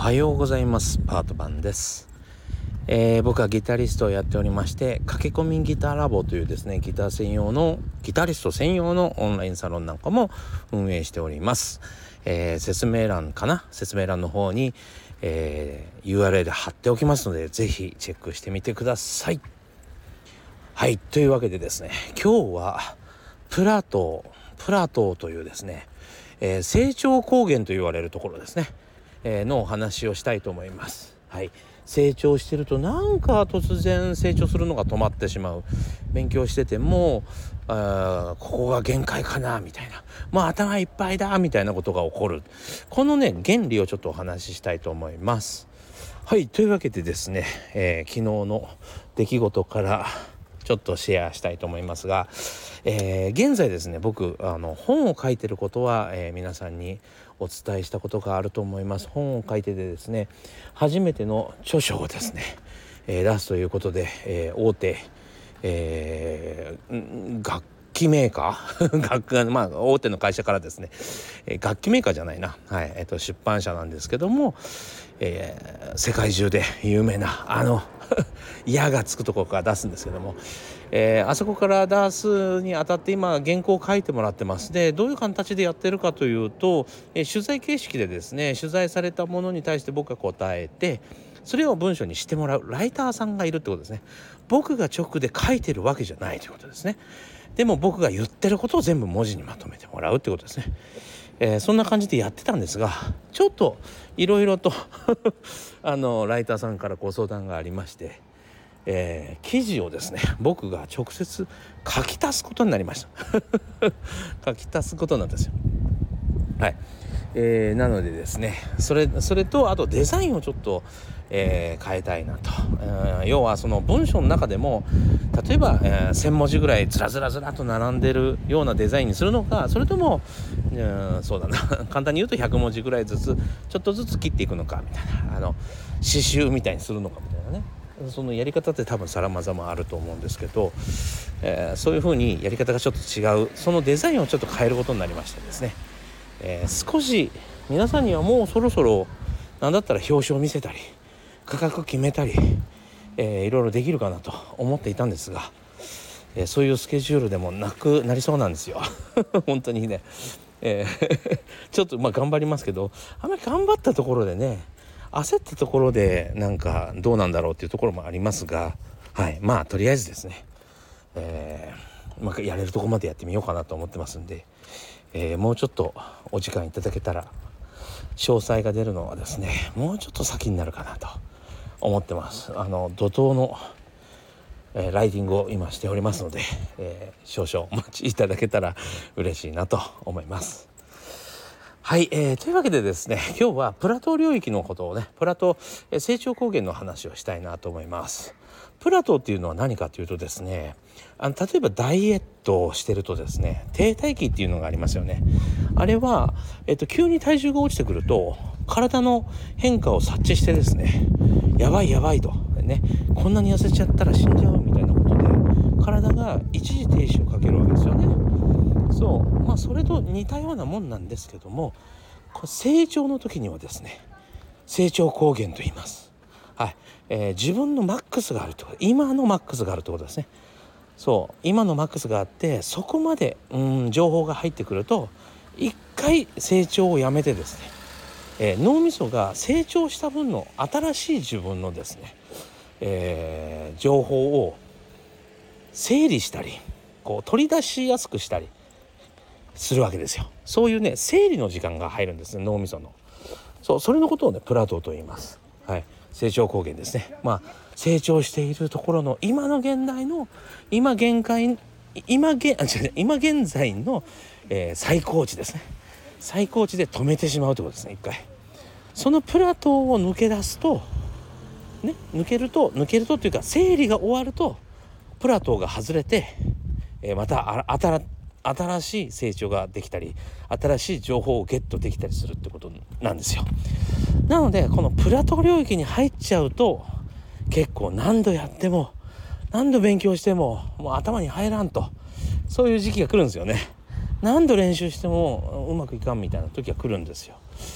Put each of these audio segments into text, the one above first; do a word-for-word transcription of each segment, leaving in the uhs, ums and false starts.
はようございます。パート版です。えー、僕はギタリストをやっておりまして、駆け込みギターラボというですねギター専用のギタリスト専用のオンラインサロンなんかも運営しております。えー、説明欄かな説明欄の方に、えー、ユーアールエル 貼っておきますので、ぜひチェックしてみてください。はい、というわけでですね、今日はプラトープラトーというですね、えー、成長高原と言われるところですね、えー、のお話をしたいと思います。はい、成長してるとなんか突然成長するのが止まってしまう。勉強しててもあここが限界かなみたいな、もう頭いっぱいだみたいなことが起こる。このね原理をちょっとお話ししたいと思います。はい、というわけでですね、えー、昨日の出来事からちょっとシェアしたいと思いますが、えー、現在ですね僕あの本を書いてることは、えー、皆さんにお伝えしたことがあると思います。本を書いててですね、初めての著書をですね、えー、出すということで、えー、大手、えー、楽器メーカー楽まあ大手の会社からですね、えー、楽器メーカーじゃないな、はいえー、と出版社なんですけども、えー、世界中で有名なあの矢がつくところから出すんですけども、えー、あそこから出すにあたって今原稿を書いてもらってます。でどういう形でやってるかというと、えー、取材形式でですね、取材されたものに対して僕が答えて、それを文章にしてもらうライターさんがいるってことですね。僕が直で書いてるわけじゃないということですね。でも僕が言ってることを全部文字にまとめてもらうってことですね。えー、そんな感じでやってたんですが、ちょっといろいろとあのライターさんからご相談がありまして、えー、記事をですね僕が直接書き足すことになりました書き足すことなんですよ。はい、えー、なのでですね、それそれとあとデザインをちょっと、えー、変えたいなと、えー、要はその文章の中でも例えば、えー、せん文字ぐらいずらずらずらと並んでるようなデザインにするのか、それとも、うん、そうだな簡単に言うとひゃく文字ぐらいずつちょっとずつ切っていくのかみたいな、あの刺繍みたいにするのかみたいなね、そのやり方って多分さらまざまあると思うんですけど、えー、そういう風にやり方がちょっと違う、そのデザインをちょっと変えることになりましてですね、えー、少し皆さんにはもうそろそろ何だったら表紙を見せたり価格決めたり、えー、いろいろできるかなと思っていたんですが、えー、そういうスケジュールでもなくなりそうなんですよ本当にね、えー、ちょっとまあ頑張りますけど、あんまり頑張ったところでね、焦ったところでなんかどうなんだろうっていうところもありますが、はい、まあとりあえずですね、えーまあ、やれるところまでやってみようかなと思ってますんで、えー、もうちょっとお時間いただけたら、詳細が出るのはですねもうちょっと先になるかなと思ってます。あの怒涛の、えー、ライティングを今しておりますので、えー、少々お待ちいただけたら嬉しいなと思います。はい、えー、というわけでですね、今日はプラトー領域のことをね、プラトー、えー、成長高原の話をしたいなと思います。プラトーっていうのは何かというとですね、あの例えばダイエットをしてるとですね、停滞期っていうのがありますよね。あれは、えっと、急に体重が落ちてくると体の変化を察知してですね、やばいやばいとね、こんなに痩せちゃったら死んじゃうみたいなことで体が一時停止をかけるわけですよね。そう、まあそれと似たようなもんなんですけども、これ成長の時にはですね、成長高原と言います。はい、えー、自分のマックスがあるってこと、今のマックスがあるってことですね。そう、今のマックスがあって、そこまでうん情報が入ってくると一回成長をやめてですね、えー、脳みそが成長した分の新しい自分のですね、えー、情報を整理したりこう取り出しやすくしたりするわけですよ。そういうね整理の時間が入るんですね、脳みその。そう、それのことをねプラトーと言います。はい、成長高原ですね。まあ成長しているところの今の現代の今限界今現あ違う今現在の、えー、最高値ですね。最高値で止めてしまうということですね。一回そのプラトーを抜け出すとね、抜けると抜けるとっていうか整理が終わるとプラトーが外れて、えー、またあ新新しい成長ができたり新しい情報をゲットできたりするってことなんですよ。なのでこのプラトー領域に入っちゃうと結構何度やっても何度勉強してももう頭に入らんと、そういう時期が来るんですよね。何度練習してもうまくいかんみたいな時が来るんですよ。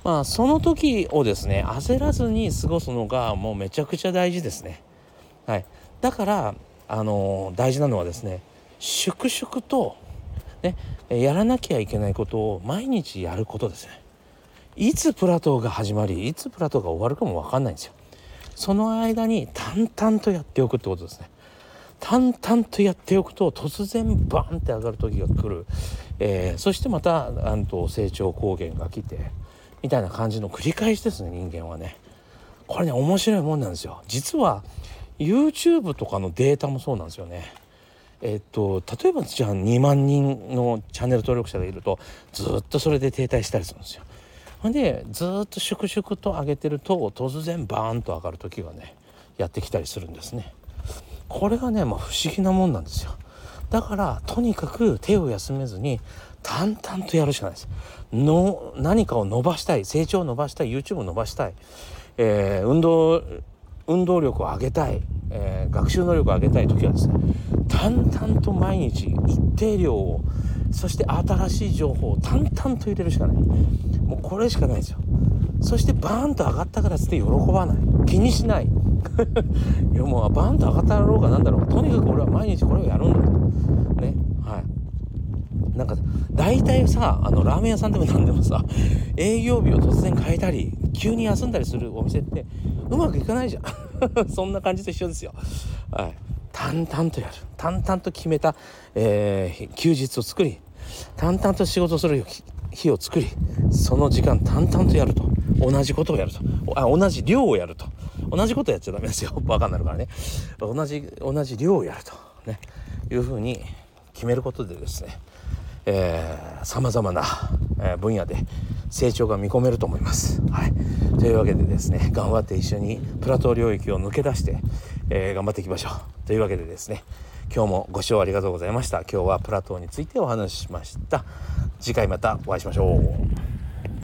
まあその時をですね焦らずに過ごすのがもうめちゃくちゃ大事ですね。はい、だからあの大事なのはですね、粛々とねやらなきゃいけないことを毎日やることですね。いつプラトーが始まりいつプラトーが終わるかも分かんないんですよ。その間に淡々とやっておくってことですね。淡々とやっておくと突然バーンって上がる時が来る、えー、そしてまたあの成長光源が来てみたいな感じの繰り返しですね。人間はねこれね面白いもんなんですよ。実は YouTube とかのデータもそうなんですよね。えっと例えばじゃあにまんにんのチャンネル登録者がいるとずっとそれで停滞したりするんですよ。でずっと粛々と上げてると突然バーンと上がる時がねやってきたりするんですね。これがね、まあ、不思議なもんなんですよ。だからとにかく手を休めずに淡々とやるしかないです。の何かを伸ばしたい、成長を伸ばしたい、 YouTube を伸ばしたい、えー、運動運動力を上げたい、えー、学習能力を上げたい時はですね、淡々と毎日一定量を、そして新しい情報を淡々と入れるしかない。もうこれしかないですよ。そしてバーンと上がったからつって喜ばない、気にしないいやもうバーンと上がったろうがなんだろう、とにかく俺は毎日これをやるんだとね。はいなんか大体さあのラーメン屋さんでも何でもさ営業日を突然変えたり急に休んだりするお店ってうまくいかないじゃんそんな感じと一緒ですよ。はい、淡々とやる、淡々と決めた、えー、休日を作り、淡々と仕事する日を作り、その時間淡々とやると、同じことをやると、あ同じ量をやると、同じことやっちゃダメですよ、バカになるからね。同じ同じ量をやるとねいうふうに決めることでですね、さまざまな分野で成長が見込めると思います。はい、というわけでですね、頑張って一緒にプラトー領域を抜け出して、えー、頑張っていきましょう。というわけでですね、今日もご視聴ありがとうございました。今日はプラトーについてお話ししました。次回またお会いしましょう。